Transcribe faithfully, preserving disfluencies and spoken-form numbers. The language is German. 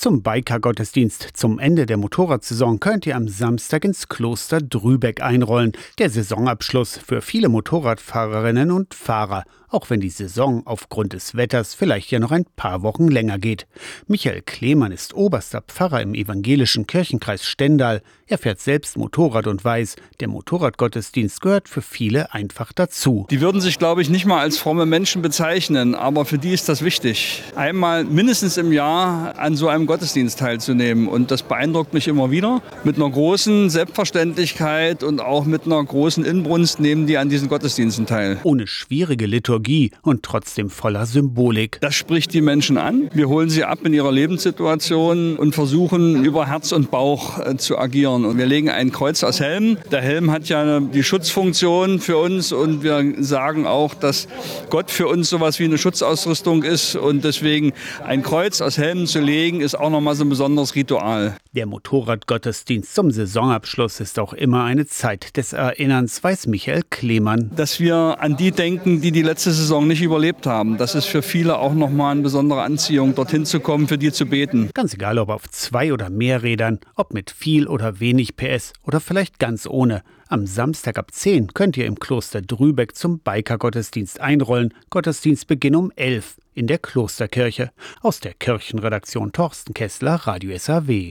Zum Biker-Gottesdienst zum Ende der Motorradsaison könnt ihr am Samstag ins Kloster Drübeck einrollen. Der Saisonabschluss für viele Motorradfahrerinnen und Fahrer, auch wenn die Saison aufgrund des Wetters vielleicht ja noch ein paar Wochen länger geht. Michael Klemann ist oberster Pfarrer im evangelischen Kirchenkreis Stendal. Er fährt selbst Motorrad und weiß, der Motorradgottesdienst gehört für viele einfach dazu. Die würden sich, glaube ich, nicht mal als fromme Menschen bezeichnen, aber für die ist das wichtig, einmal mindestens im Jahr an so einem Gottesdienst teilzunehmen. Und das beeindruckt mich immer wieder. Mit einer großen Selbstverständlichkeit und auch mit einer großen Inbrunst nehmen die an diesen Gottesdiensten teil. Ohne schwierige Liturgie und trotzdem voller Symbolik. Das spricht die Menschen an. Wir holen sie ab in ihrer Lebenssituation und versuchen über Herz und Bauch äh, zu agieren. Und wir legen ein Kreuz aus Helm. Der Helm hat ja eine, die Schutzfunktion für uns und wir sagen auch, dass Gott für uns sowas wie eine Schutzausrüstung ist und deswegen ein Kreuz aus Helmen zu legen, ist auch nochmal so ein besonderes Ritual. Der Motorradgottesdienst zum Saisonabschluss ist auch immer eine Zeit des Erinnerns, weiß Michael Klemann. Dass wir an die denken, die die letzte Saison nicht überlebt haben. Das ist für viele auch nochmal eine besondere Anziehung, dorthin zu kommen, für die zu beten. Ganz egal, ob auf zwei oder mehr Rädern, ob mit viel oder wenig P S oder vielleicht ganz ohne. Am Samstag ab zehn könnt ihr im Kloster Drübeck zum Biker-Gottesdienst einrollen. Gottesdienstbeginn um elf in der Klosterkirche. Aus der Kirchenredaktion Thorsten Kessler, Radio S A W.